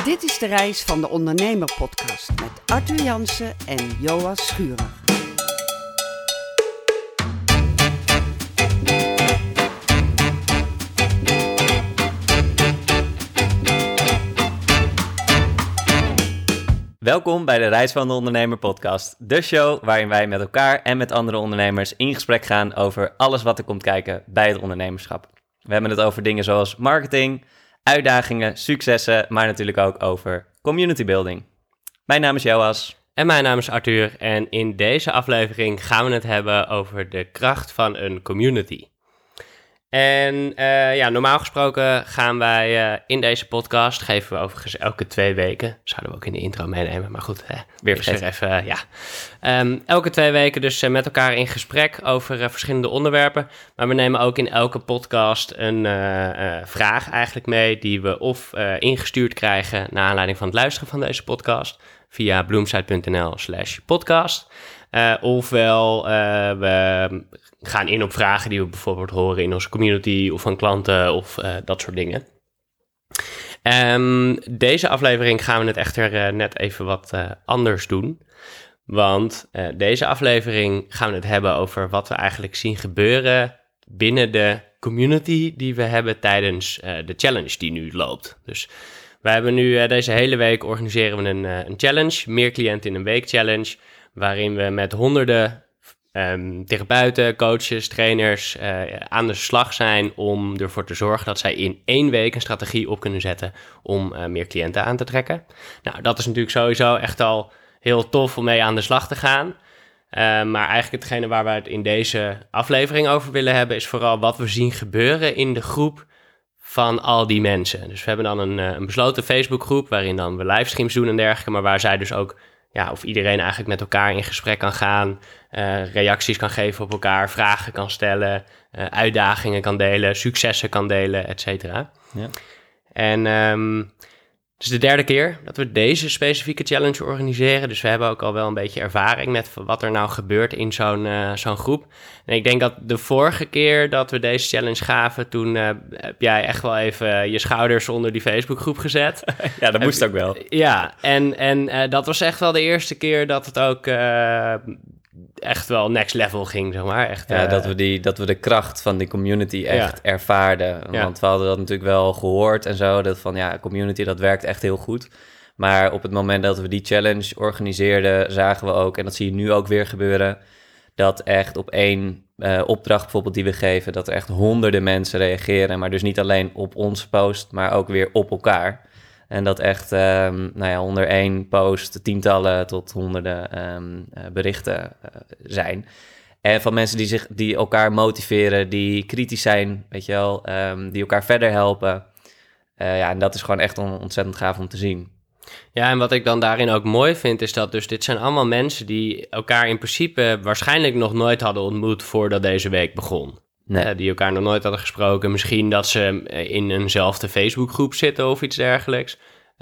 Dit is de reis van de Ondernemer Podcast met Arthur Jansen en Joas Schurer. Welkom bij de Reis van de Ondernemer podcast. De show waarin wij met elkaar en met andere ondernemers in gesprek gaan over alles wat er komt kijken bij het ondernemerschap. We hebben het over dingen zoals marketing, uitdagingen, successen, maar natuurlijk ook over community building. Mijn naam is Joas. En mijn naam is Arthur en in deze aflevering gaan we het hebben over de kracht van een community. En normaal gesproken gaan wij in deze podcast, geven we overigens elke 2 weken, zouden we ook in de intro meenemen, maar goed, weer vergeten. Elke 2 weken dus met elkaar in gesprek over verschillende onderwerpen, maar we nemen ook in elke podcast een vraag eigenlijk mee die we of ingestuurd krijgen naar aanleiding van het luisteren van deze podcast via bloomsite.nl/podcast. Ofwel we gaan in op vragen die we bijvoorbeeld horen in onze community of van klanten of dat soort dingen. Deze aflevering gaan we het echter net even wat anders doen. Want deze aflevering gaan we het hebben over wat we eigenlijk zien gebeuren binnen de community die we hebben tijdens de challenge die nu loopt. Dus wij hebben nu deze hele week organiseren we een challenge, meer cliënten in een week challenge, waarin we met honderden therapeuten, coaches, trainers aan de slag zijn om ervoor te zorgen dat zij in 1 week een strategie op kunnen zetten om meer cliënten aan te trekken. Nou, dat is natuurlijk sowieso echt al heel tof om mee aan de slag te gaan. Maar eigenlijk hetgene waar we het in deze aflevering over willen hebben is vooral wat we zien gebeuren in de groep van al die mensen. Dus we hebben dan een besloten Facebookgroep waarin dan we livestreams doen en dergelijke, maar waar zij dus ook of iedereen eigenlijk met elkaar in gesprek kan gaan, reacties kan geven op elkaar, vragen kan stellen, uitdagingen kan delen, successen kan delen, et cetera. Ja. En het is de 3e keer dat we deze specifieke challenge organiseren, dus we hebben ook al wel een beetje ervaring met wat er nou gebeurt in zo'n groep. En ik denk dat de vorige keer dat we deze challenge gaven, toen heb jij echt wel even je schouders onder die Facebookgroep gezet. Ja, dat moest ook wel. Ja, en dat was echt wel de eerste keer dat het ook echt wel next level ging, zeg maar. Echt, dat we de kracht van die community echt ervaarden. Want we hadden dat natuurlijk wel gehoord en zo, dat van community, dat werkt echt heel goed. Maar op het moment dat we die challenge organiseerden, zagen we ook, en dat zie je nu ook weer gebeuren, dat echt op 1 opdracht bijvoorbeeld die we geven, dat er echt honderden mensen reageren, maar dus niet alleen op onze post, maar ook weer op elkaar. En dat echt onder 1 post tientallen tot honderden berichten zijn. En van mensen die elkaar motiveren, die kritisch zijn, weet je wel, die elkaar verder helpen. En dat is gewoon echt ontzettend gaaf om te zien. Ja, en wat ik dan daarin ook mooi vind, is dat dus dit zijn allemaal mensen die elkaar in principe waarschijnlijk nog nooit hadden ontmoet voordat deze week begon. Nee. Die elkaar nog nooit hadden gesproken. Misschien dat ze in eenzelfde Facebookgroep zitten of iets dergelijks.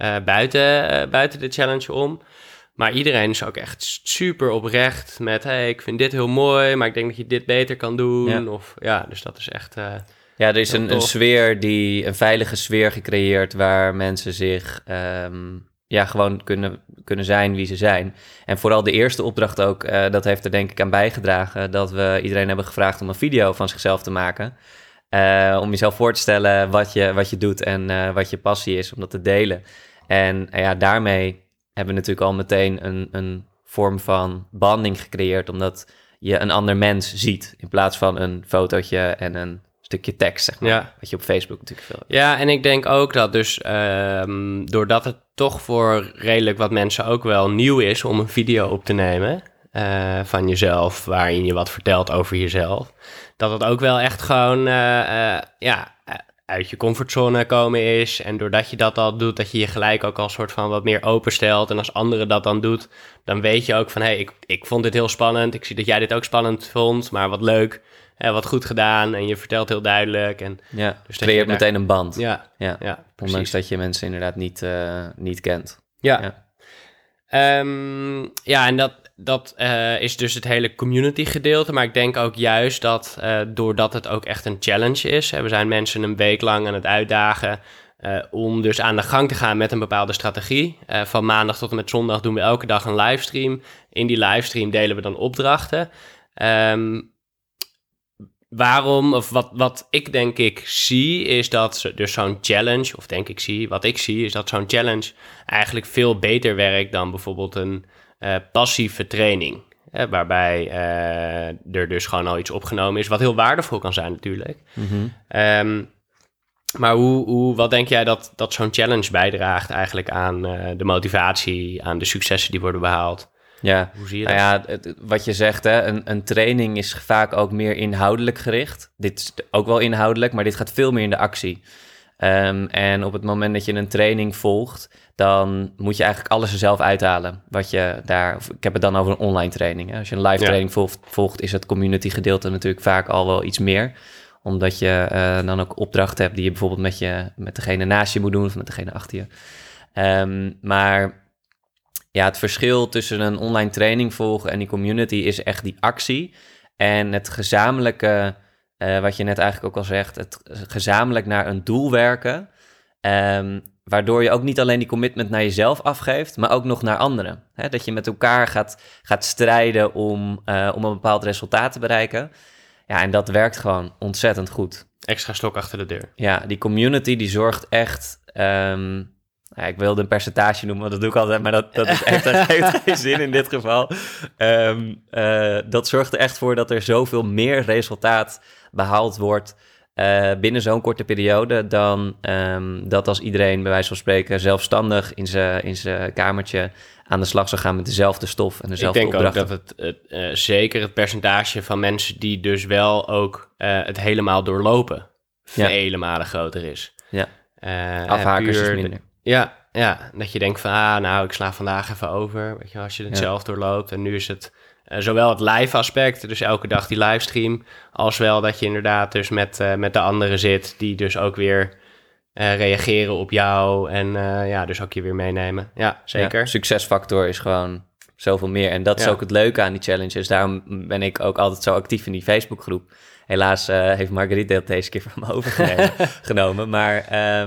Buiten de challenge om. Maar iedereen is ook echt super oprecht met, ik vind dit heel mooi, maar ik denk dat je dit beter kan doen. Ja. Dus dat is echt er is een sfeer, een veilige sfeer gecreëerd waar mensen zich gewoon kunnen zijn wie ze zijn. En vooral de eerste opdracht ook, dat heeft er denk ik aan bijgedragen dat we iedereen hebben gevraagd om een video van zichzelf te maken. Om jezelf voor te stellen wat je doet en wat je passie is, om dat te delen. En daarmee hebben we natuurlijk al meteen een vorm van banding gecreëerd, omdat je een ander mens ziet in plaats van een fotootje en een stukje tekst, zeg maar, wat je op Facebook natuurlijk veel hebt. Ja, en ik denk ook dat dus doordat het toch voor redelijk wat mensen ook wel nieuw is om een video op te nemen van jezelf, waarin je wat vertelt over jezelf, dat het ook wel echt gewoon uit je comfortzone komen is. En doordat je dat al doet, dat je je gelijk ook al soort van wat meer openstelt. En als anderen dat dan doet, dan weet je ook van, ik vond dit heel spannend. Ik zie dat jij dit ook spannend vond, maar wat leuk. Wat goed gedaan en je vertelt heel duidelijk. En dus creëert meteen een band. Ja, ondanks dat je mensen inderdaad niet kent. En dat is dus het hele community gedeelte. Maar ik denk ook juist dat doordat het ook echt een challenge is. We zijn mensen een week lang aan het uitdagen. om dus aan de gang te gaan met een bepaalde strategie. Van maandag tot en met zondag doen we elke dag een livestream. In die livestream delen we dan opdrachten. Wat ik denk ik zie, is dat dus zo'n challenge, of denk ik zie, wat ik zie, is dat zo'n challenge eigenlijk veel beter werkt dan bijvoorbeeld een passieve training. Waarbij er dus gewoon al iets opgenomen is, wat heel waardevol kan zijn natuurlijk. Mm-hmm. Maar wat denk jij dat zo'n challenge bijdraagt eigenlijk aan de motivatie, aan de successen die worden behaald? Ja, hoe zie je dat? Ja, wat je zegt, hè, een training is vaak ook meer inhoudelijk gericht. Dit is ook wel inhoudelijk, maar dit gaat veel meer in de actie. En op het moment dat je een training volgt, dan moet je eigenlijk alles er zelf uithalen. Wat je daar, ik heb het dan over een online training. Hè. Als je een live training volgt, is het community gedeelte natuurlijk vaak al wel iets meer. Omdat je dan ook opdrachten hebt die je bijvoorbeeld met degene naast je moet doen of met degene achter je. Maar ja, het verschil tussen een online training volgen en die community is echt die actie. En het gezamenlijke, wat je net eigenlijk ook al zegt, het gezamenlijk naar een doel werken. Waardoor je ook niet alleen die commitment naar jezelf afgeeft, maar ook nog naar anderen. Hè? Dat je met elkaar gaat strijden om een bepaald resultaat te bereiken. Ja, en dat werkt gewoon ontzettend goed. Extra stok achter de deur. Ja, die community die zorgt echt... ik wilde een percentage noemen, want dat doe ik altijd, maar dat is echt, heeft geen zin in dit geval. Dat zorgt er echt voor dat er zoveel meer resultaat behaald wordt binnen zo'n korte periode dan dat als iedereen bij wijze van spreken zelfstandig in zijn kamertje aan de slag zou gaan met dezelfde stof en dezelfde opdrachten. Ik denk ook dat het zeker het percentage van mensen die dus wel ook het helemaal doorlopen vele malen groter is. Ja, afhakers is minder. Ja, dat je denkt van, ik sla vandaag even over, weet je, als je het zelf doorloopt. En nu is het zowel het live aspect, dus elke dag die livestream, als wel dat je inderdaad dus met de anderen zit, die dus ook weer reageren op jou en dus ook je weer meenemen. Ja, zeker. Ja, succesfactor is gewoon zoveel meer. En dat is ook het leuke aan die challenges. Daarom ben ik ook altijd zo actief in die Facebookgroep. Helaas heeft Marguerite dat deze keer van me overgenomen. Maar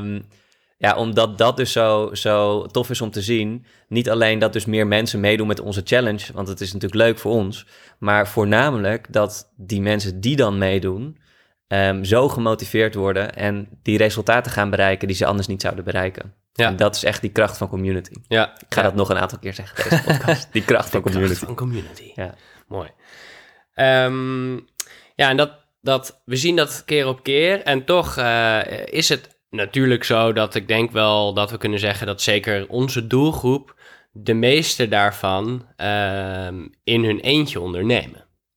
omdat dat dus zo tof is om te zien. Niet alleen dat dus meer mensen meedoen met onze challenge, want het is natuurlijk leuk voor ons. Maar voornamelijk dat die mensen die dan meedoen zo gemotiveerd worden en die resultaten gaan bereiken die ze anders niet zouden bereiken. Ja. En dat is echt die kracht van community. Ja. Ik ga dat nog een aantal keer zeggen, deze podcast. Die kracht van community. Kracht van community. Ja. Mooi. En we zien dat keer op keer. En toch is het natuurlijk zo dat ik denk wel dat we kunnen zeggen dat zeker onze doelgroep de meeste daarvan in hun eentje ondernemen.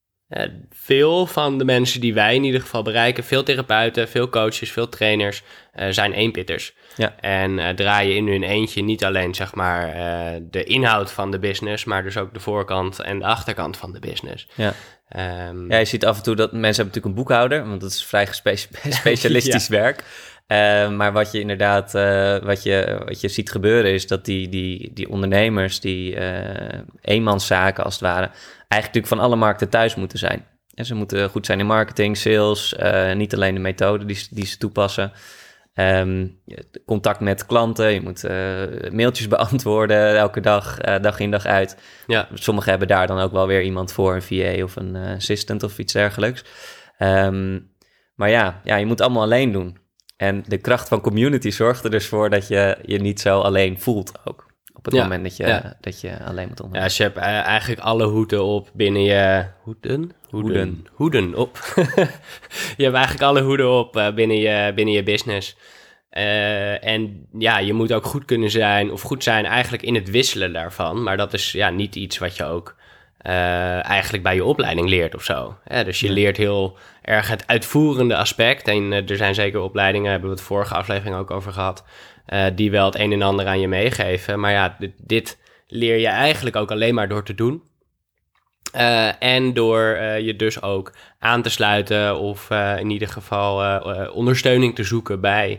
Veel van de mensen die wij in ieder geval bereiken, veel therapeuten, veel coaches, veel trainers, zijn eenpitters. Ja. En draaien in hun eentje niet alleen zeg maar de inhoud van de business, maar dus ook de voorkant en de achterkant van de business. Ja. Je ziet af en toe dat mensen hebben natuurlijk een boekhouder, want dat is vrij specialistisch werk. Maar wat je inderdaad, wat je ziet gebeuren is dat die ondernemers, die eenmanszaken als het ware, eigenlijk natuurlijk van alle markten thuis moeten zijn. En ze moeten goed zijn in marketing, sales, niet alleen de methode die ze toepassen. Contact met klanten, je moet mailtjes beantwoorden elke dag, dag in dag uit. Ja. Sommigen hebben daar dan ook wel weer iemand voor, een VA of een assistant of iets dergelijks. Maar je moet allemaal alleen doen. En de kracht van community zorgt er dus voor dat je je niet zo alleen voelt ook. Op het moment dat je alleen moet ondernemen. Ja, dus je hebt eigenlijk alle hoeden op binnen je... Hoeden op. Je hebt eigenlijk alle hoeden op binnen je business. En je moet ook goed kunnen zijn of goed zijn eigenlijk in het wisselen daarvan. Maar dat is niet iets wat je ook eigenlijk bij je opleiding leert of zo. Dus je leert heel erg het uitvoerende aspect. En er zijn zeker opleidingen, hebben we het vorige aflevering ook over gehad, die wel het een en ander aan je meegeven. Maar dit leer je eigenlijk ook alleen maar door te doen. En door je dus ook aan te sluiten of in ieder geval ondersteuning te zoeken bij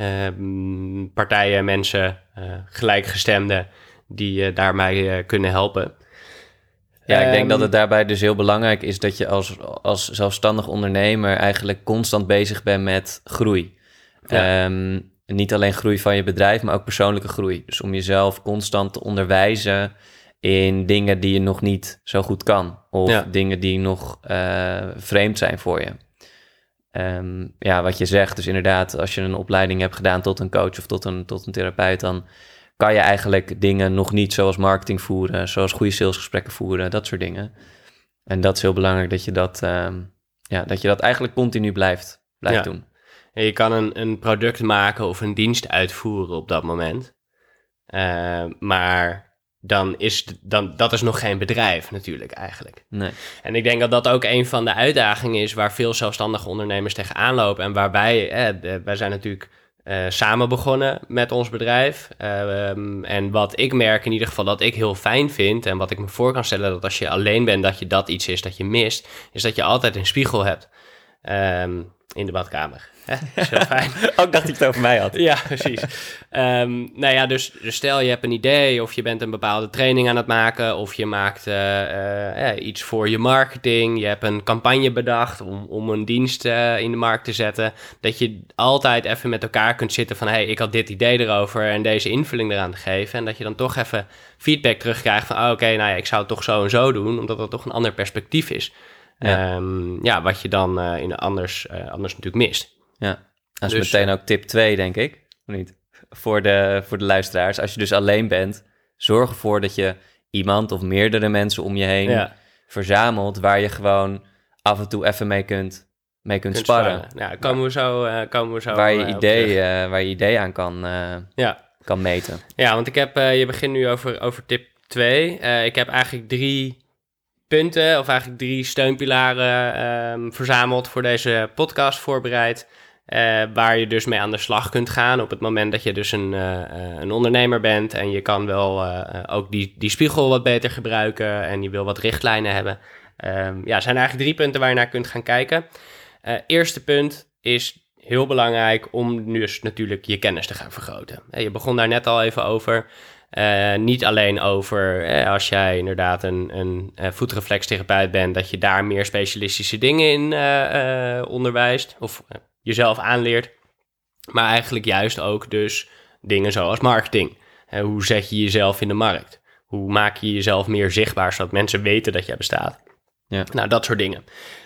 partijen, mensen, gelijkgestemden die daarmee kunnen helpen. Ja, ik denk dat het daarbij dus heel belangrijk is dat je als zelfstandig ondernemer eigenlijk constant bezig bent met groei. Ja. niet alleen groei van je bedrijf, maar ook persoonlijke groei. Dus om jezelf constant te onderwijzen in dingen die je nog niet zo goed kan. Of dingen die nog vreemd zijn voor je. Wat je zegt, dus inderdaad, als je een opleiding hebt gedaan tot een coach of tot een therapeut, dan kan je eigenlijk dingen nog niet, zoals marketing voeren, zoals goede salesgesprekken voeren, dat soort dingen. En dat is heel belangrijk dat je dat eigenlijk continu blijft doen. En je kan een product maken of een dienst uitvoeren op dat moment. Maar dat is nog geen bedrijf natuurlijk eigenlijk. Nee. En ik denk dat dat ook een van de uitdagingen is waar veel zelfstandige ondernemers tegenaan lopen. En waarbij, wij zijn natuurlijk samen begonnen met ons bedrijf. En wat ik merk in ieder geval dat ik heel fijn vind en wat ik me voor kan stellen dat als je alleen bent dat iets is dat je mist, is dat je altijd een spiegel hebt in de badkamer. Dat is heel fijn. Ook dacht ik het over mij had. Ja, precies. Dus stel je hebt een idee of je bent een bepaalde training aan het maken of je maakt iets voor je marketing. Je hebt een campagne bedacht om een dienst in de markt te zetten. Dat je altijd even met elkaar kunt zitten van ik had dit idee erover en deze invulling eraan te geven. En dat je dan toch even feedback terugkrijgt van ik zou het toch zo en zo doen, omdat dat toch een ander perspectief is. Wat je dan anders natuurlijk mist. Ja, dat is dus meteen ook tip 2, denk ik. Of niet? Voor de luisteraars. Als je dus alleen bent, zorg ervoor dat je iemand of meerdere mensen om je heen verzamelt, waar je gewoon af en toe even mee kunt sparren. Ja, komen we zo waar je idee aan kan meten. Ja, want je begint nu over tip 2. Ik heb eigenlijk 3 punten, of eigenlijk 3 steunpilaren verzameld voor deze podcast voorbereid. Waar je dus mee aan de slag kunt gaan op het moment dat je dus een ondernemer bent en je kan wel ook die spiegel wat beter gebruiken en je wil wat richtlijnen hebben. Er zijn eigenlijk 3 punten waar je naar kunt gaan kijken. Eerste punt is heel belangrijk om dus natuurlijk je kennis te gaan vergroten. Je begon daar net al even over. Niet alleen over als jij inderdaad een voetreflextherapeut bent, dat je daar meer specialistische dingen in onderwijst of jezelf aanleert. Maar eigenlijk juist ook dus dingen zoals marketing. Hoe zet je jezelf in de markt? Hoe maak je jezelf meer zichtbaar, zodat mensen weten dat jij bestaat? Ja. Nou, dat soort dingen.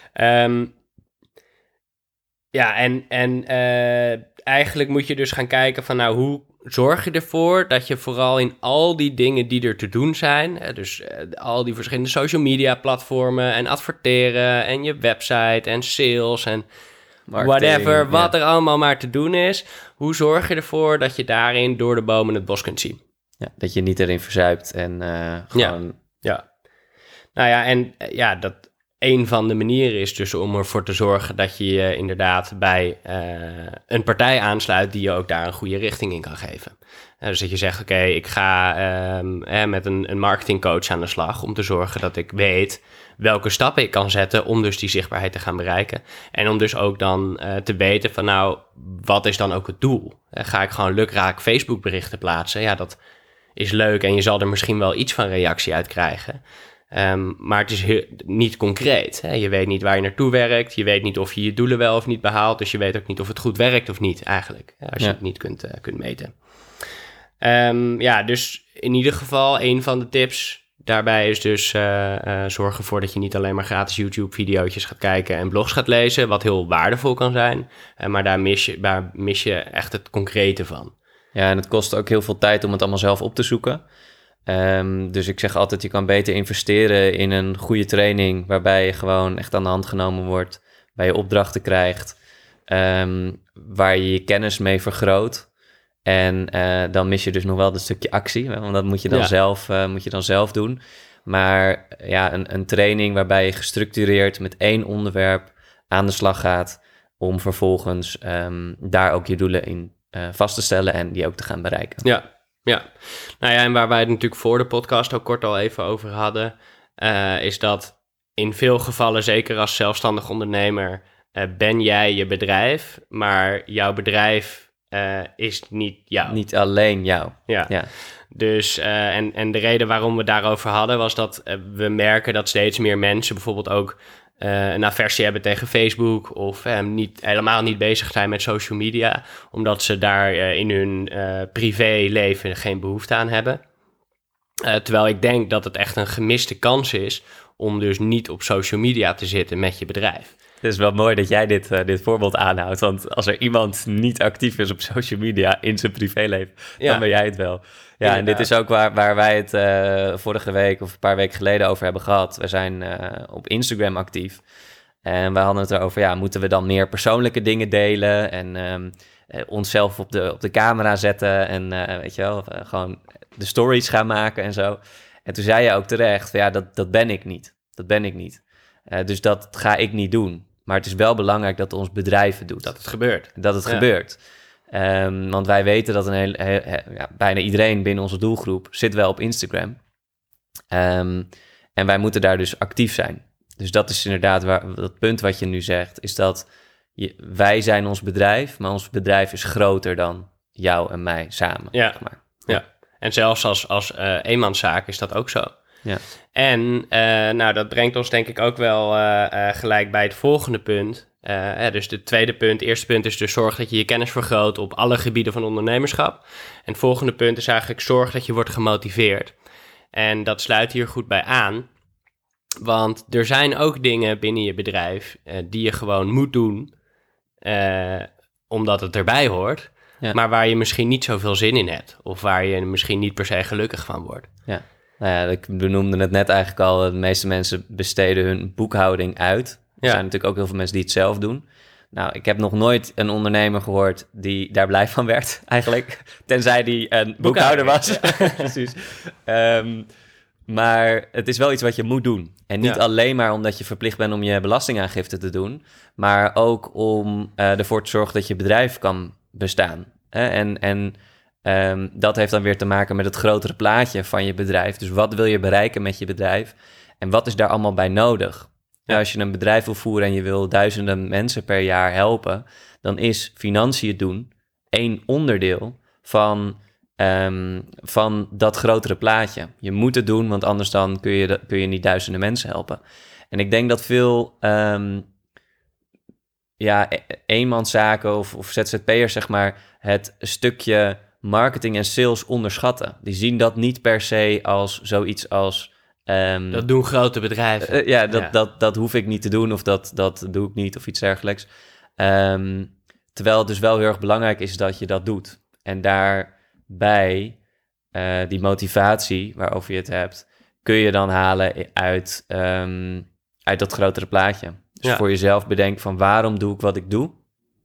Eigenlijk moet je dus gaan kijken van hoe zorg je ervoor dat je vooral in al die dingen die er te doen zijn, al die verschillende social media platformen en adverteren en je website en sales en marketing, wat er allemaal maar te doen is. Hoe zorg je ervoor dat je daarin door de bomen het bos kunt zien? Ja, dat je niet erin verzuipt en gewoon... Ja. Dat een van de manieren is dus om ervoor te zorgen dat je je inderdaad bij een partij aansluit die je ook daar een goede richting in kan geven. Dus dat je zegt, ik ga met een marketingcoach aan de slag om te zorgen dat ik weet welke stappen ik kan zetten om dus die zichtbaarheid te gaan bereiken. En om dus ook dan te weten van wat is dan ook het doel? Ga ik gewoon lukraak Facebook berichten plaatsen? Ja, dat is leuk en je zal er misschien wel iets van reactie uit krijgen. Maar het is niet concreet. Hè? Je weet niet waar je naartoe werkt. Je weet niet of je je doelen wel of niet behaalt. Dus je weet ook niet of het goed werkt of niet eigenlijk. Als je het niet kunt meten. Dus in ieder geval een van de tips daarbij is dus zorg ervoor dat je niet alleen maar gratis YouTube-video's gaat kijken en blogs gaat lezen. Wat heel waardevol kan zijn. Maar daar mis je echt het concrete van. Ja, en het kost ook heel veel tijd om het allemaal zelf op te zoeken. Dus ik zeg altijd, je kan beter investeren in een goede training waarbij je gewoon echt aan de hand genomen wordt, waar je opdrachten krijgt, waar je je kennis mee vergroot. En dan mis je dus nog wel dat stukje actie, want dat moet je dan zelf doen. Maar een training waarbij je gestructureerd met 1 onderwerp aan de slag gaat om vervolgens daar ook je doelen in vast te stellen en die ook te gaan bereiken. Ja, en waar wij het natuurlijk voor de podcast ook kort al even over hadden, is dat in veel gevallen, zeker als zelfstandig ondernemer, ben jij je bedrijf, maar jouw bedrijf is niet jou. Niet alleen jou. Ja. Dus, en de reden waarom we daarover hadden was dat we merken dat steeds meer mensen bijvoorbeeld ook een aversie hebben tegen Facebook of helemaal niet bezig zijn met social media, omdat ze daar in hun privéleven geen behoefte aan hebben. Terwijl ik denk dat het echt een gemiste kans is om dus niet op social media te zitten met je bedrijf. Het is wel mooi dat jij dit voorbeeld aanhoudt, want als er iemand niet actief is op social media in zijn privéleven, dan ben jij het wel. Ja, en dit is ook waar wij het vorige week of een paar weken geleden over hebben gehad. We zijn op Instagram actief en we hadden het erover, moeten we dan meer persoonlijke dingen delen en onszelf op de camera zetten en weet je wel, gewoon de stories gaan maken en zo. En toen zei je ook terecht, dat ben ik niet. Dat ben ik niet. Dus dat ga ik niet doen. Maar het is wel belangrijk dat ons bedrijf het doet. Dat het gebeurt. Dat het gebeurt. Want wij weten dat bijna iedereen binnen onze doelgroep zit wel op Instagram. En wij moeten daar dus actief zijn. Dus dat is inderdaad dat punt wat je nu zegt, is dat wij zijn ons bedrijf, maar ons bedrijf is groter dan jou en mij samen. Ja, zeg maar. Ja. En zelfs als eenmanszaak is dat ook zo. Ja. En dat brengt ons denk ik ook wel gelijk bij het volgende punt. Dus het eerste punt is dus zorg dat je je kennis vergroot op alle gebieden van ondernemerschap. En het volgende punt is eigenlijk zorg dat je wordt gemotiveerd. En dat sluit hier goed bij aan. Want er zijn ook dingen binnen je bedrijf die je gewoon moet doen, omdat het erbij hoort. Ja. Maar waar je misschien niet zoveel zin in hebt. Of waar je misschien niet per se gelukkig van wordt. Ja. Nou ja, ik benoemde het net eigenlijk al. De meeste mensen besteden hun boekhouding uit. Er zijn natuurlijk ook heel veel mensen die het zelf doen. Nou, ik heb nog nooit een ondernemer gehoord die daar blij van werd, eigenlijk. Tenzij die een boekhouder was. Ja. Precies. Maar het is wel iets wat je moet doen. En niet alleen maar omdat je verplicht bent om je belastingaangifte te doen, maar ook om ervoor te zorgen dat je bedrijf kan bestaan. En dat heeft dan weer te maken met het grotere plaatje van je bedrijf. Dus wat wil je bereiken met je bedrijf? En wat is daar allemaal bij nodig? Ja. Als je een bedrijf wil voeren en je wil duizenden mensen per jaar helpen, dan is financiën doen één onderdeel van dat grotere plaatje. Je moet het doen, want anders dan kun je niet duizenden mensen helpen. En ik denk dat veel eenmanszaken of ZZP'ers, zeg maar, het stukje marketing en sales onderschatten. Die zien dat niet per se als zoiets als dat doen grote bedrijven. Dat hoef ik niet te doen of dat doe ik niet of iets dergelijks. Terwijl het dus wel heel erg belangrijk is dat je dat doet. En daarbij die motivatie waarover je het hebt, kun je dan halen uit dat grotere plaatje. Dus voor jezelf bedenk van waarom doe ik wat ik doe.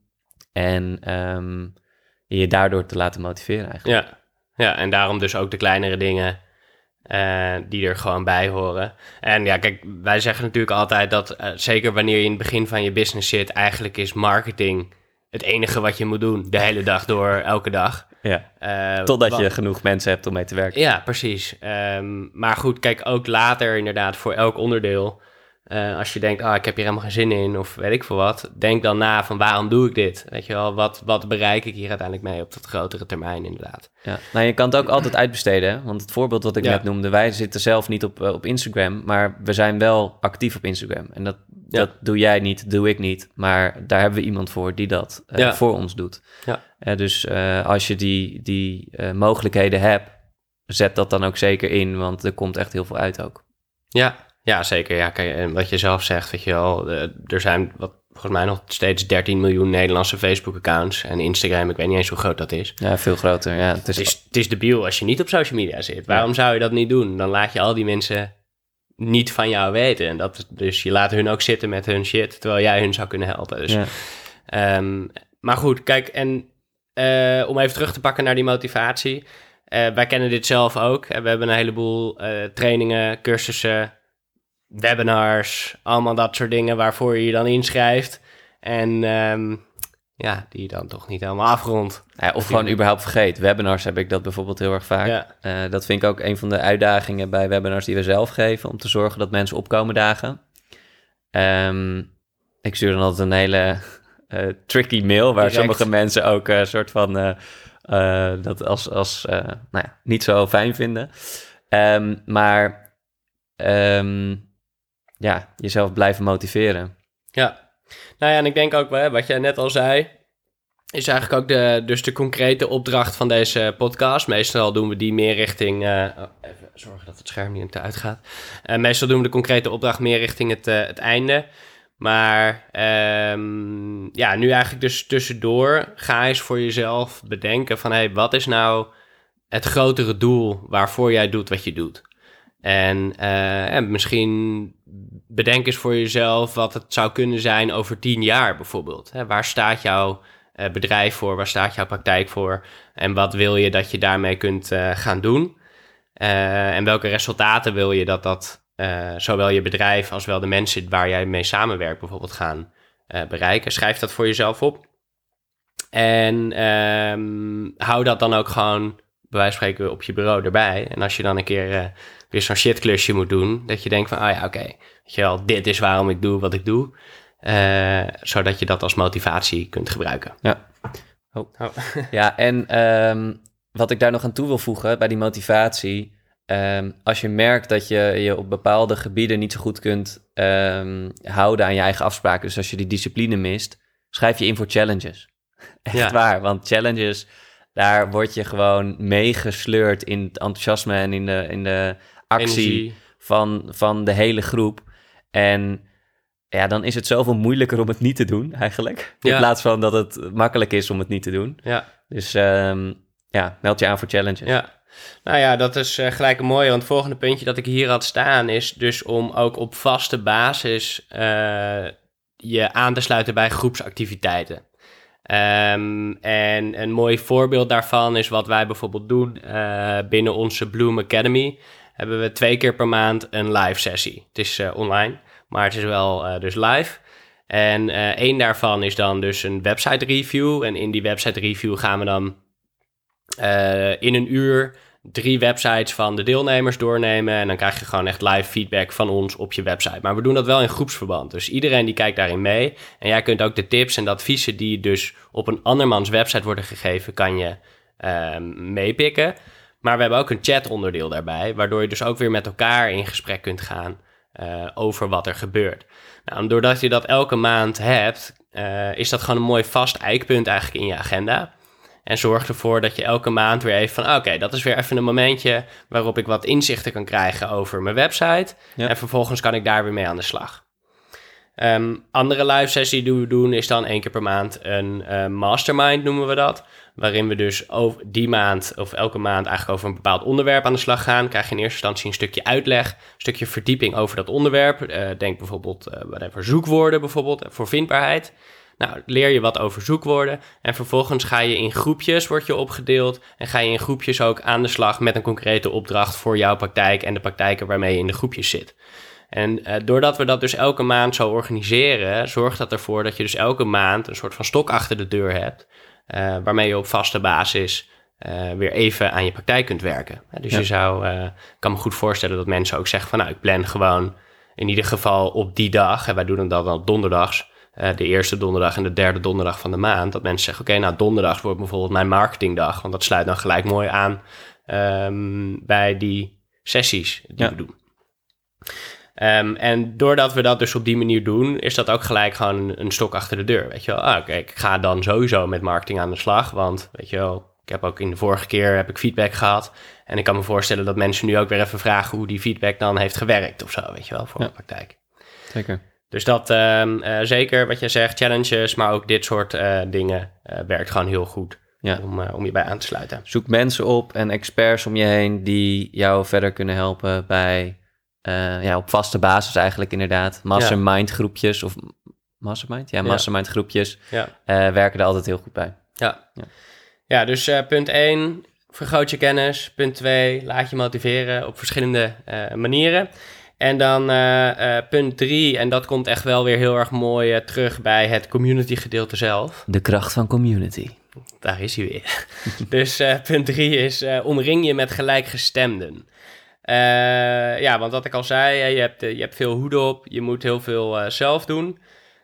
En je daardoor te laten motiveren eigenlijk. Ja, en daarom dus ook de kleinere dingen die er gewoon bij horen. En ja, kijk, wij zeggen natuurlijk altijd dat zeker wanneer je in het begin van je business zit, eigenlijk is marketing het enige wat je moet doen de hele dag door, elke dag. Ja, totdat je genoeg mensen hebt om mee te werken. Ja, precies. Maar goed, kijk, ook later inderdaad voor elk onderdeel, als je denkt, ik heb hier helemaal geen zin in of weet ik veel wat, denk dan na van waarom doe ik dit? Weet je wel, wat bereik ik hier uiteindelijk mee op dat grotere termijn inderdaad. Ja, nou je kan het ook altijd uitbesteden, hè? Want het voorbeeld dat ik net noemde, wij zitten zelf niet op Instagram, maar we zijn wel actief op Instagram. En dat doe jij niet, doe ik niet, maar daar hebben we iemand voor die dat voor ons doet. Ja. Dus als je die mogelijkheden hebt, zet dat dan ook zeker in, want er komt echt heel veel uit ook. Ja, zeker. Ja, kijk, en wat je zelf zegt, weet je wel, er zijn volgens mij nog steeds 13 miljoen Nederlandse Facebook-accounts. En Instagram, ik weet niet eens hoe groot dat is. Ja, veel groter. Ja, het is debiel als je niet op social media zit. Waarom zou je dat niet doen? Dan laat je al die mensen niet van jou weten. En dus je laat hun ook zitten met hun shit, terwijl jij hun zou kunnen helpen. Dus, maar goed, kijk, en om even terug te pakken naar die motivatie. Wij kennen dit zelf ook. We hebben een heleboel trainingen, cursussen, webinars, allemaal dat soort dingen waarvoor je je dan inschrijft. En die je dan toch niet helemaal afrondt. Ja, of gewoon überhaupt vergeet. Webinars heb ik dat bijvoorbeeld heel erg vaak. Ja. Dat vind ik ook een van de uitdagingen bij webinars die we zelf geven, om te zorgen dat mensen opkomen dagen. Ik stuur dan altijd een hele tricky mail, waar sommige mensen ook een soort van dat als niet zo fijn vinden. Maar jezelf blijven motiveren. Ja, nou ja, en ik denk ook, wat jij net al zei, is eigenlijk ook de concrete opdracht van deze podcast. Meestal doen we die meer richting... even zorgen dat het scherm niet eruit gaat. Meestal doen we de concrete opdracht meer richting het einde. Maar nu eigenlijk dus tussendoor ga eens voor jezelf bedenken van... wat is nou het grotere doel waarvoor jij doet wat je doet? En misschien bedenk eens voor jezelf wat het zou kunnen zijn over 10 jaar bijvoorbeeld. Waar staat jouw bedrijf voor? Waar staat jouw praktijk voor? En wat wil je dat je daarmee kunt gaan doen? En welke resultaten wil je dat zowel je bedrijf als wel de mensen waar jij mee samenwerkt bijvoorbeeld gaan bereiken? Schrijf dat voor jezelf op. En hou dat dan ook gewoon, bij wijze van spreken, op je bureau erbij. En als je dan een keer weer zo'n shitklusje moet doen, dat je denkt van, weet je wel, dit is waarom ik doe wat ik doe. Zodat je dat als motivatie kunt gebruiken. Ja. Ja, en wat ik daar nog aan toe wil voegen bij die motivatie, als je merkt dat je op bepaalde gebieden niet zo goed kunt houden aan je eigen afspraken, dus als je die discipline mist, schrijf je in voor challenges. Echt waar, want challenges, daar word je gewoon meegesleurd in het enthousiasme en in de actie van de hele groep. En ja, dan is het zoveel moeilijker om het niet te doen, eigenlijk. In plaats van dat het makkelijk is om het niet te doen. Ja. Dus meld je aan voor challenges. Ja. Nou ja, dat is gelijk een mooie. Want het volgende puntje dat ik hier had staan is dus om ook op vaste basis je aan te sluiten bij groepsactiviteiten. En een mooi voorbeeld daarvan is wat wij bijvoorbeeld doen binnen onze Bloom Academy. Hebben we 2 keer per maand een live sessie. Het is online, maar het is wel dus live. En 1 daarvan is dan dus een website review. En in die website review gaan we dan in een uur 3 websites van de deelnemers doornemen. En dan krijg je gewoon echt live feedback van ons op je website. Maar we doen dat wel in groepsverband. Dus iedereen die kijkt daarin mee. En jij kunt ook de tips en de adviezen die dus op een andermans website worden gegeven, kan je meepikken. Maar we hebben ook een chatonderdeel daarbij, waardoor je dus ook weer met elkaar in gesprek kunt gaan over wat er gebeurt. Nou, en doordat je dat elke maand hebt, is dat gewoon een mooi vast eikpunt eigenlijk in je agenda. En zorg ervoor dat je elke maand weer even van, oké, dat is weer even een momentje waarop ik wat inzichten kan krijgen over mijn website. Ja. En vervolgens kan ik daar weer mee aan de slag. Andere live sessie die we doen is dan 1 keer per maand een mastermind, noemen we dat. Waarin we dus over die maand of elke maand eigenlijk over een bepaald onderwerp aan de slag gaan. Krijg je in eerste instantie een stukje uitleg, een stukje verdieping over dat onderwerp. Denk bijvoorbeeld zoekwoorden bijvoorbeeld, voor vindbaarheid. Nou, leer je wat over zoekwoorden en vervolgens ga je in groepjes, word je opgedeeld en ga je in groepjes ook aan de slag met een concrete opdracht voor jouw praktijk en de praktijken waarmee je in de groepjes zit. En doordat we dat dus elke maand zo organiseren, zorgt dat ervoor dat je dus elke maand een soort van stok achter de deur hebt, waarmee je op vaste basis weer even aan je praktijk kunt werken. Dus je kan me goed voorstellen dat mensen ook zeggen van, nou, ik plan gewoon in ieder geval op die dag, en wij doen het dan op donderdags, de eerste donderdag en de derde donderdag van de maand, dat mensen zeggen, oké, nou, donderdag wordt bijvoorbeeld mijn marketingdag, want dat sluit dan gelijk mooi aan bij die sessies die we doen. En doordat we dat dus op die manier doen, is dat ook gelijk gewoon een stok achter de deur, weet je wel. Oké, ik ga dan sowieso met marketing aan de slag, want, weet je wel, ik heb ook in de vorige keer feedback gehad en ik kan me voorstellen dat mensen nu ook weer even vragen hoe die feedback dan heeft gewerkt of zo, weet je wel, voor mijn praktijk. Zeker. Dus dat zeker wat jij zegt, challenges, maar ook dit soort dingen werkt gewoon heel goed om je bij aan te sluiten. Zoek mensen op en experts om je heen die jou verder kunnen helpen bij, op vaste basis eigenlijk inderdaad. Mastermind groepjes of mastermind? Ja, mastermind groepjes werken er altijd heel goed bij. Ja, dus punt 1, vergroot je kennis. Punt 2, laat je motiveren op verschillende manieren. En dan punt 3, en dat komt echt wel weer heel erg mooi terug bij het community gedeelte zelf. De kracht van community. Daar is hij weer. Dus punt 3 is omring je met gelijkgestemden. Want wat ik al zei, je hebt veel hoeden op, je moet heel veel zelf doen.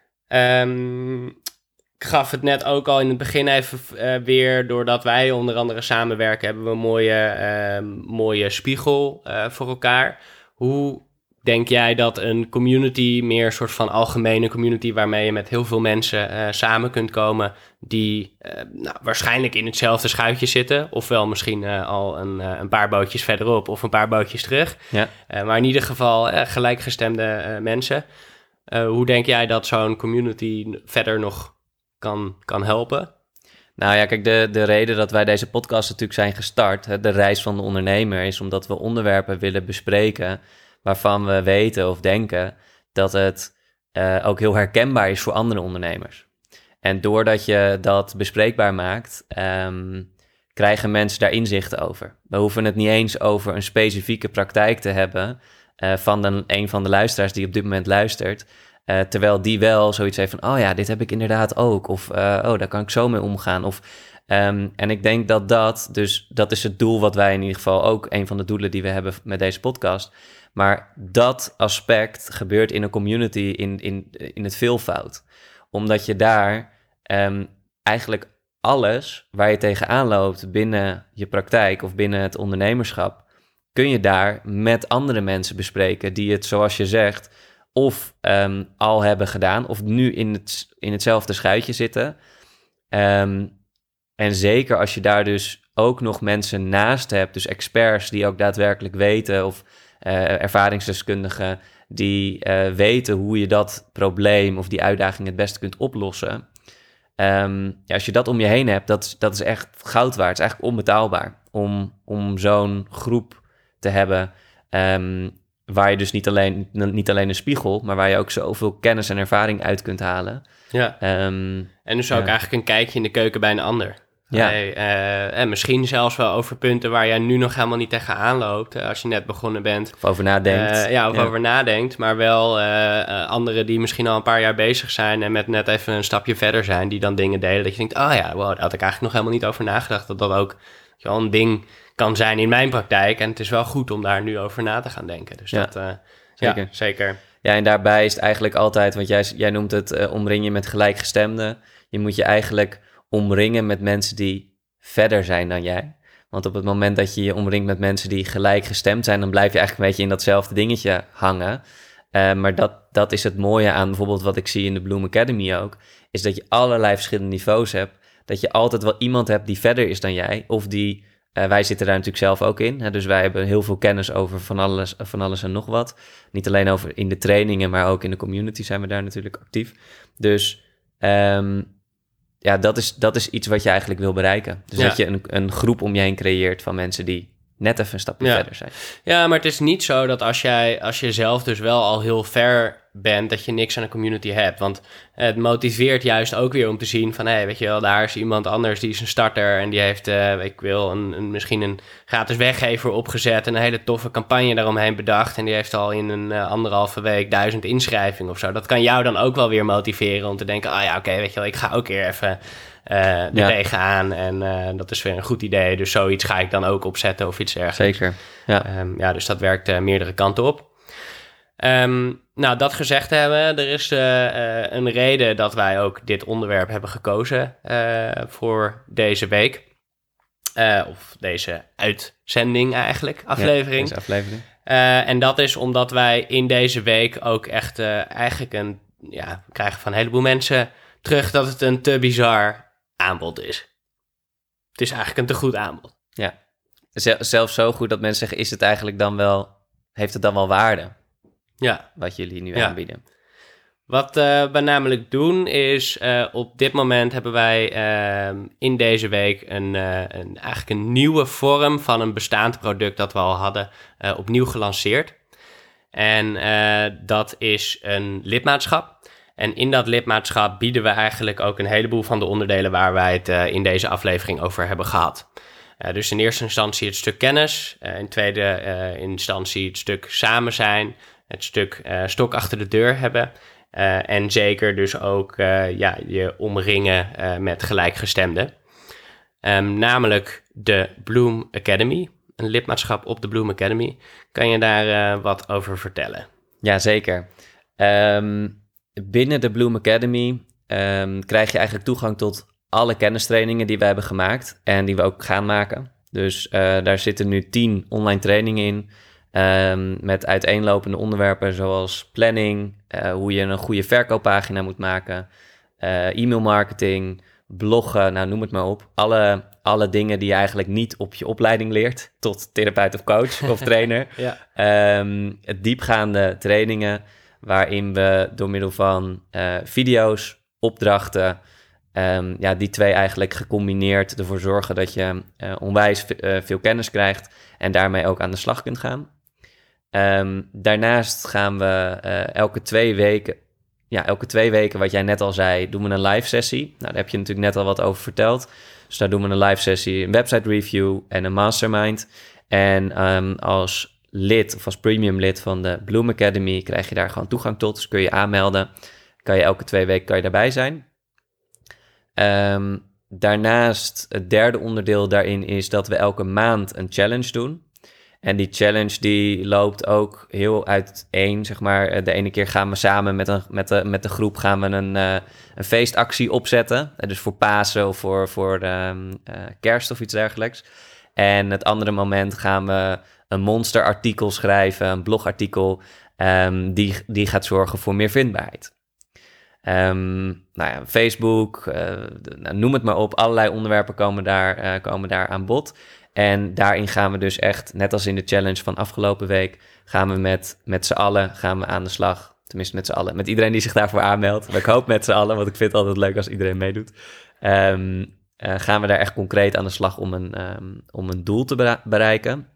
Ik gaf het net ook al in het begin even weer, doordat wij onder andere samenwerken, hebben we een mooie spiegel voor elkaar. Hoe denk jij dat een community, meer een soort van algemene community, waarmee je met heel veel mensen samen kunt komen, die waarschijnlijk in hetzelfde schuitje zitten, ofwel misschien al een paar bootjes verderop of een paar bootjes terug, maar in ieder geval gelijkgestemde mensen. Hoe denk jij dat zo'n community verder nog kan helpen? Nou ja, kijk, de reden dat wij deze podcast natuurlijk zijn gestart, de reis van de ondernemer, is omdat we onderwerpen willen bespreken waarvan we weten of denken dat het ook heel herkenbaar is voor andere ondernemers. En doordat je dat bespreekbaar maakt, krijgen mensen daar inzichten over. We hoeven het niet eens over een specifieke praktijk te hebben van een van de luisteraars die op dit moment luistert, terwijl die wel zoiets heeft van, oh ja, dit heb ik inderdaad ook. Of, daar kan ik zo mee omgaan. En ik denk dat is het doel wat wij in ieder geval ook, een van de doelen die we hebben met deze podcast. Maar dat aspect gebeurt in een community in het veelvoud. Omdat je daar eigenlijk alles waar je tegenaan loopt binnen je praktijk of binnen het ondernemerschap, kun je daar met andere mensen bespreken die het, zoals je zegt, of al hebben gedaan, of nu in hetzelfde schuitje zitten. En zeker als je daar dus ook nog mensen naast hebt, dus experts die ook daadwerkelijk weten, of ervaringsdeskundigen die weten hoe je dat probleem of die uitdaging het beste kunt oplossen. Als je dat om je heen hebt, dat is echt goud waard. Het is eigenlijk onbetaalbaar om zo'n groep te hebben, waar je dus niet alleen een spiegel, maar waar je ook zoveel kennis en ervaring uit kunt halen. Ja. En dus ook eigenlijk een kijkje in de keuken bij een ander. Ja. En misschien zelfs wel over punten waar jij nu nog helemaal niet tegenaan loopt, als je net begonnen bent. Of over nadenkt. Over nadenkt, maar wel anderen die misschien al een paar jaar bezig zijn en met net even een stapje verder zijn, die dan dingen delen dat je denkt, daar had ik eigenlijk nog helemaal niet over nagedacht, dat ook wel een ding kan zijn in mijn praktijk. En het is wel goed om daar nu over na te gaan denken. Dus zeker. Zeker. Ja, en daarbij is het eigenlijk altijd, want jij noemt het omring je met gelijkgestemden. Je moet je eigenlijk omringen met mensen die verder zijn dan jij. Want op het moment dat je je omringt met mensen die gelijkgestemd zijn, dan blijf je eigenlijk een beetje in datzelfde dingetje hangen. Maar dat is het mooie aan bijvoorbeeld wat ik zie in de Bloom Academy ook, is dat je allerlei verschillende niveaus hebt. Dat je altijd wel iemand hebt die verder is dan jij, of die... wij zitten daar natuurlijk zelf ook in. Hè, dus wij hebben heel veel kennis over van alles en nog wat. Niet alleen over in de trainingen, maar ook in de community zijn we daar natuurlijk actief. Dus dat is iets wat je eigenlijk wil bereiken. Dus dat je een groep om je heen creëert van mensen die net even een stapje verder zijn. Ja, maar het is niet zo dat als je zelf dus wel al heel ver bent, dat je niks aan een community hebt. Want het motiveert juist ook weer om te zien van, weet je wel, daar is iemand anders, die is een starter en die heeft, misschien een gratis weggever opgezet en een hele toffe campagne daaromheen bedacht en die heeft al in een 1,5 week 1000 inschrijvingen of zo. Dat kan jou dan ook wel weer motiveren om te denken, weet je wel, ik ga ook weer even er tegenaan en dat is weer een goed idee. Dus zoiets ga ik dan ook opzetten of iets dergelijks. Zeker, dus dat werkt meerdere kanten op. Dat gezegd hebben, er is een reden dat wij ook dit onderwerp hebben gekozen voor deze week. Of deze uitzending eigenlijk, aflevering. Deze aflevering. En dat is omdat wij in deze week ook echt eigenlijk we krijgen van een heleboel mensen terug dat het een te bizar aanbod is. Het is eigenlijk een te goed aanbod. Ja, zelfs zo goed dat mensen zeggen, is het eigenlijk dan wel, heeft het dan wel waarde? Ja, wat jullie nu aanbieden. Wat we namelijk doen is, op dit moment hebben wij in deze week eigenlijk een nieuwe vorm van een bestaand product dat we al hadden opnieuw gelanceerd. En dat is een lidmaatschap. En in dat lidmaatschap bieden we eigenlijk ook een heleboel van de onderdelen waar wij het in deze aflevering over hebben gehad. Dus in eerste instantie het stuk kennis, in tweede instantie het stuk samen zijn, het stuk stok achter de deur hebben en zeker dus ook je omringen met gelijkgestemden. Namelijk de Bloom Academy, een lidmaatschap op de Bloom Academy. Kan je daar wat over vertellen? Ja, zeker. Binnen de Bloom Academy krijg je eigenlijk toegang tot alle kennistrainingen die we hebben gemaakt en die we ook gaan maken. Dus daar zitten nu 10 online trainingen in. Met uiteenlopende onderwerpen zoals planning, hoe je een goede verkooppagina moet maken, e-mailmarketing, bloggen, nou noem het maar op. Alle dingen die je eigenlijk niet op je opleiding leert tot therapeut of coach of trainer. Diepgaande trainingen waarin we door middel van video's, opdrachten, die twee eigenlijk gecombineerd ervoor zorgen dat je onwijs veel kennis krijgt en daarmee ook aan de slag kunt gaan. Daarnaast gaan we elke 2 weken, wat jij net al zei, doen we een live sessie. Nou, daar heb je natuurlijk net al wat over verteld. Dus daar doen we een live sessie, een website review en een mastermind. En als lid of als premium lid van de Bloom Academy krijg je daar gewoon toegang tot. Dus kun je aanmelden. Kan je elke 2 weken daarbij zijn. Daarnaast, het derde onderdeel daarin is dat we elke maand een challenge doen. En die challenge die loopt ook heel uiteen, zeg maar. De ene keer gaan we samen met de groep gaan we een feestactie opzetten. Dus voor Pasen of voor kerst of iets dergelijks. En het andere moment gaan we een monsterartikel schrijven, een blogartikel, die gaat zorgen voor meer vindbaarheid. Facebook, noem het maar op. Allerlei onderwerpen komen daar aan bod. En daarin gaan we dus echt, net als in de challenge van afgelopen week, gaan we met z'n allen aan de slag. Tenminste met z'n allen, met iedereen die zich daarvoor aanmeldt. Maar ik hoop met z'n allen, want ik vind het altijd leuk als iedereen meedoet. Gaan we daar echt concreet aan de slag om een doel te bereiken.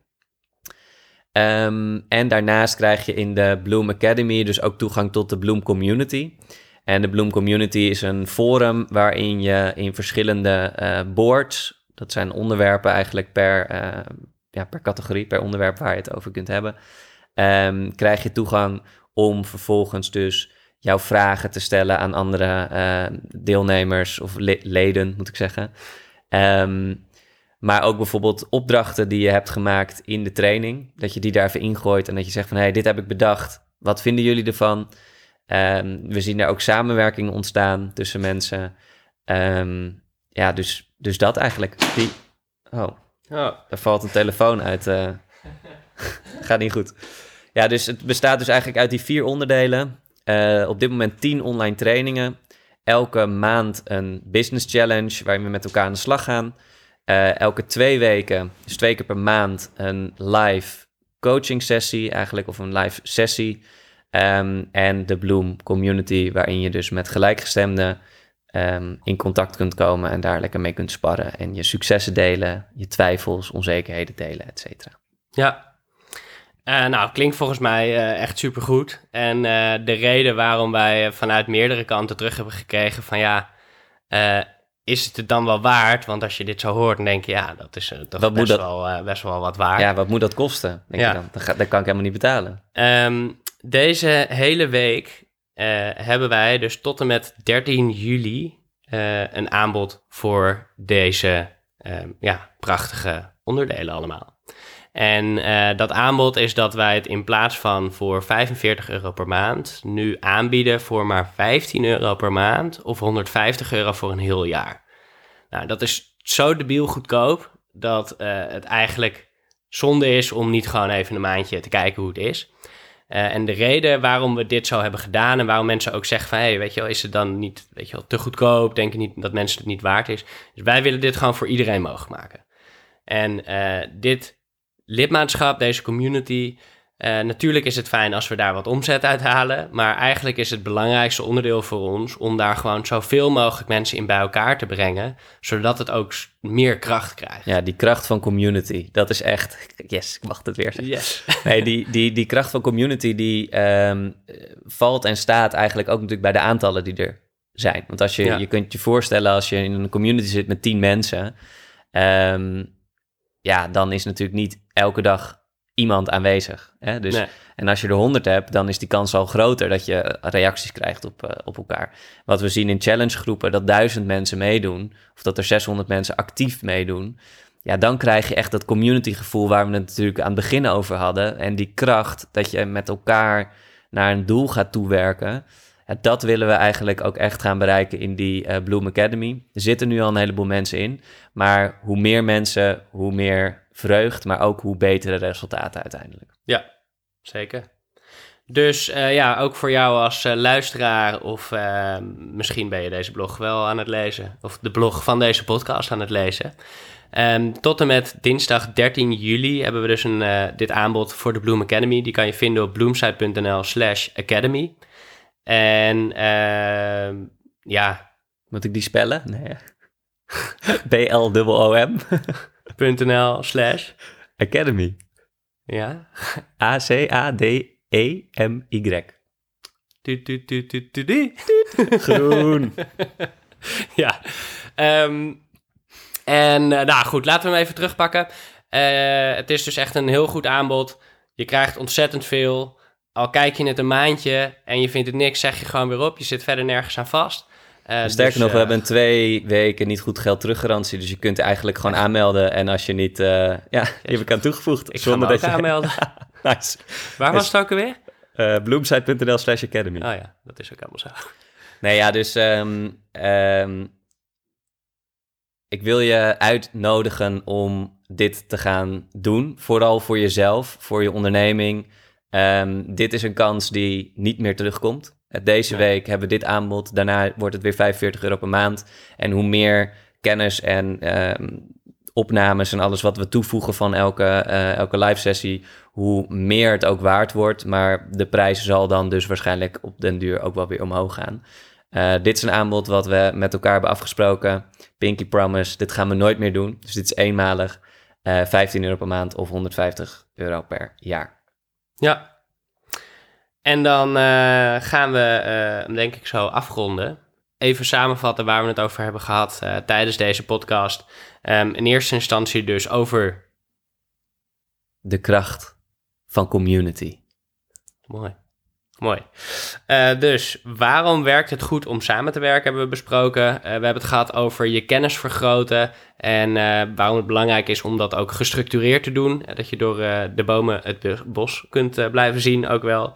En daarnaast krijg je in de Bloom Academy dus ook toegang tot de Bloom Community. En de Bloom Community is een forum waarin je in verschillende boards, dat zijn onderwerpen eigenlijk per categorie, per onderwerp waar je het over kunt hebben, krijg je toegang om vervolgens dus jouw vragen te stellen aan andere deelnemers of leden, moet ik zeggen. Maar ook bijvoorbeeld opdrachten die je hebt gemaakt in de training, dat je die daar even ingooit en dat je zegt van, hey, dit heb ik bedacht, wat vinden jullie ervan? We zien daar ook samenwerking ontstaan tussen mensen. Dus dat eigenlijk. Er valt een telefoon uit. Gaat niet goed. Ja, dus het bestaat dus eigenlijk uit die 4 onderdelen. Op dit moment 10 online trainingen. Elke maand een business challenge waarin we met elkaar aan de slag gaan. Elke 2 weken, dus 2 keer per maand, een live coaching sessie eigenlijk, of een live sessie. En de Bloom Community, waarin je dus met gelijkgestemden in contact kunt komen en daar lekker mee kunt sparren en je successen delen, je twijfels, onzekerheden delen, et cetera. Ja, klinkt volgens mij echt supergoed. En de reden waarom wij vanuit meerdere kanten terug hebben gekregen van is het dan wel waard? Want als je dit zo hoort, dan denk je, dat is toch best wel wat waard. Ja, wat moet dat kosten? Denk je dan? Dat kan ik helemaal niet betalen. Deze hele week hebben wij dus tot en met 13 juli een aanbod voor deze prachtige onderdelen allemaal. En dat aanbod is dat wij het in plaats van voor €45 per maand nu aanbieden voor maar €15 per maand of €150 voor een heel jaar. Nou, dat is zo debiel goedkoop dat het eigenlijk zonde is om niet gewoon even een maandje te kijken hoe het is. En de reden waarom we dit zo hebben gedaan en waarom mensen ook zeggen van, hey, weet je wel, is het dan niet, weet je wel, te goedkoop? Denken niet dat mensen het niet waard is. Dus wij willen dit gewoon voor iedereen mogelijk maken. En dit lidmaatschap, deze community, natuurlijk is het fijn als we daar wat omzet uit halen, maar eigenlijk is het belangrijkste onderdeel voor ons om daar gewoon zoveel mogelijk mensen in bij elkaar te brengen, zodat het ook meer kracht krijgt. Ja, die kracht van community, dat is echt, yes, ik mag het weer zeggen. Yes. Nee, die kracht van community, die valt en staat eigenlijk ook natuurlijk bij de aantallen die er zijn. Want als je kunt je voorstellen, als je in een community zit met 10 mensen, dan is natuurlijk niet elke dag iemand aanwezig. Hè? Dus, nee. En als je er 100 hebt, dan is die kans al groter dat je reacties krijgt op elkaar. Wat we zien in challengegroepen, dat 1000 mensen meedoen, of dat er 600 mensen actief meedoen, dan krijg je echt dat communitygevoel waar we het natuurlijk aan het begin over hadden. En die kracht dat je met elkaar naar een doel gaat toewerken. Dat willen we eigenlijk ook echt gaan bereiken in die Bloom Academy. Er zitten nu al een heleboel mensen in, maar hoe meer mensen, hoe meer vreugd, maar ook hoe betere resultaten uiteindelijk. Ja, zeker. Dus ook voor jou als luisteraar of misschien ben je deze blog wel aan het lezen of de blog van deze podcast aan het lezen. Tot en met dinsdag 13 juli hebben we dus dit aanbod voor de Bloom Academy. Die kan je vinden op bloomsite.nl/academy. En Moet ik die spellen? Nee. BLOOM. .nl/academy. Ja. ACADEMY. Groen. Ja. Goed, laten we hem even terugpakken. Het is dus echt een heel goed aanbod. Je krijgt ontzettend veel. Al kijk je het een maandje en je vindt het niks, zeg je gewoon weer op. Je zit verder nergens aan vast. Sterker nog, we hebben 2 weken niet goed geld teruggarantie. Dus je kunt eigenlijk gewoon aanmelden. En als je niet... je hebt ik aan toegevoegd. Ik ga me ook aanmelden. Nice. Waar was het ook alweer? Bloomsite.nl/academy. Oh ja, dat is ook allemaal zo. Nee, ja, dus... ik wil je uitnodigen om dit te gaan doen. Vooral voor jezelf, voor je onderneming. Dit is een kans die niet meer terugkomt. Deze week hebben we dit aanbod. Daarna wordt het weer €45 per maand. En hoe meer kennis en opnames en alles wat we toevoegen van elke live sessie, hoe meer het ook waard wordt. Maar de prijs zal dan dus waarschijnlijk op den duur ook wel weer omhoog gaan. Dit is een aanbod wat we met elkaar hebben afgesproken. Pinky Promise, dit gaan we nooit meer doen. Dus dit is eenmalig. €15 per maand of €150 per jaar. Ja. En dan gaan we, denk ik, zo afronden. Even samenvatten waar we het over hebben gehad tijdens deze podcast. In eerste instantie dus over... de kracht van community. Mooi. Dus waarom werkt het goed om samen te werken, hebben we besproken. We hebben het gehad over je kennis vergroten en waarom het belangrijk is om dat ook gestructureerd te doen. Dat je door de bomen het bos kunt blijven zien ook wel.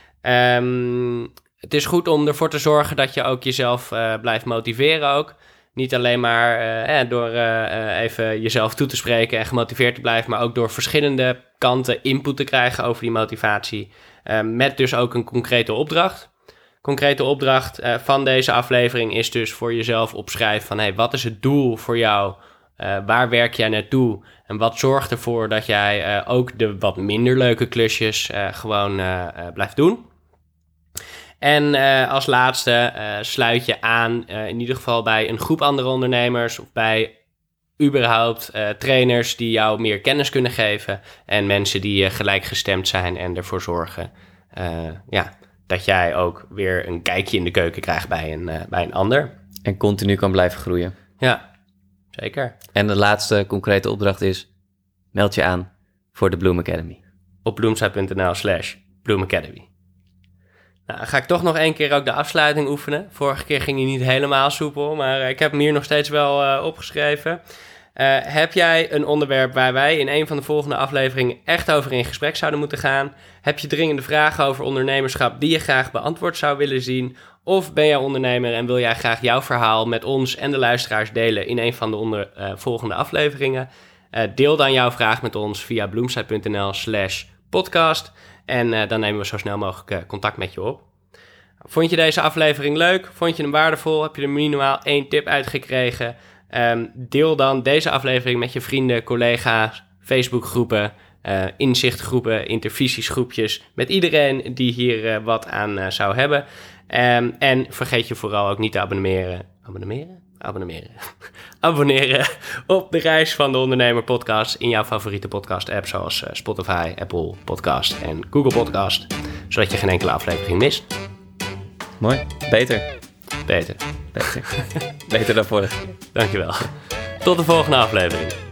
Het is goed om ervoor te zorgen dat je ook jezelf blijft motiveren ook. Niet alleen maar door even jezelf toe te spreken en gemotiveerd te blijven, maar ook door verschillende kanten input te krijgen over die motivatie. Met dus ook een concrete opdracht. Concrete opdracht van deze aflevering is dus voor jezelf opschrijven van... wat is het doel voor jou? Waar werk jij naartoe? En wat zorgt ervoor dat jij ook de wat minder leuke klusjes gewoon blijft doen? En als laatste sluit je aan in ieder geval bij een groep andere ondernemers... of bij überhaupt trainers die jou meer kennis kunnen geven... en mensen die gelijkgestemd zijn en ervoor zorgen... dat jij ook weer een kijkje in de keuken krijgt bij een ander. En continu kan blijven groeien. Ja, zeker. En de laatste concrete opdracht is... meld je aan voor de Bloom Academy. Op bloomsite.nl/Bloom Academy. Nou, dan ga ik toch nog 1 keer ook de afsluiting oefenen. Vorige keer ging hij niet helemaal soepel, maar ik heb hem hier nog steeds wel opgeschreven. Heb jij een onderwerp waar wij in een van de volgende afleveringen echt over in gesprek zouden moeten gaan? Heb je dringende vragen over ondernemerschap die je graag beantwoord zou willen zien? Of ben jij ondernemer en wil jij graag jouw verhaal met ons en de luisteraars delen in een van de volgende afleveringen? Deel dan jouw vraag met ons via bloomsite.nl/podcast. En dan nemen we zo snel mogelijk contact met je op. Vond je deze aflevering leuk? Vond je hem waardevol? Heb je er minimaal 1 tip uitgekregen? Deel dan deze aflevering met je vrienden, collega's, Facebookgroepen, inzichtgroepen, intervisiesgroepjes. Met iedereen die hier wat aan zou hebben. En vergeet je vooral ook niet te abonneren. Abonneren op de Reis van de Ondernemer podcast in jouw favoriete podcast app zoals Spotify, Apple Podcast en Google Podcast. Zodat je geen enkele aflevering mist. Mooi. Beter. Beter dan vorige keer. Dankjewel. Tot de volgende aflevering.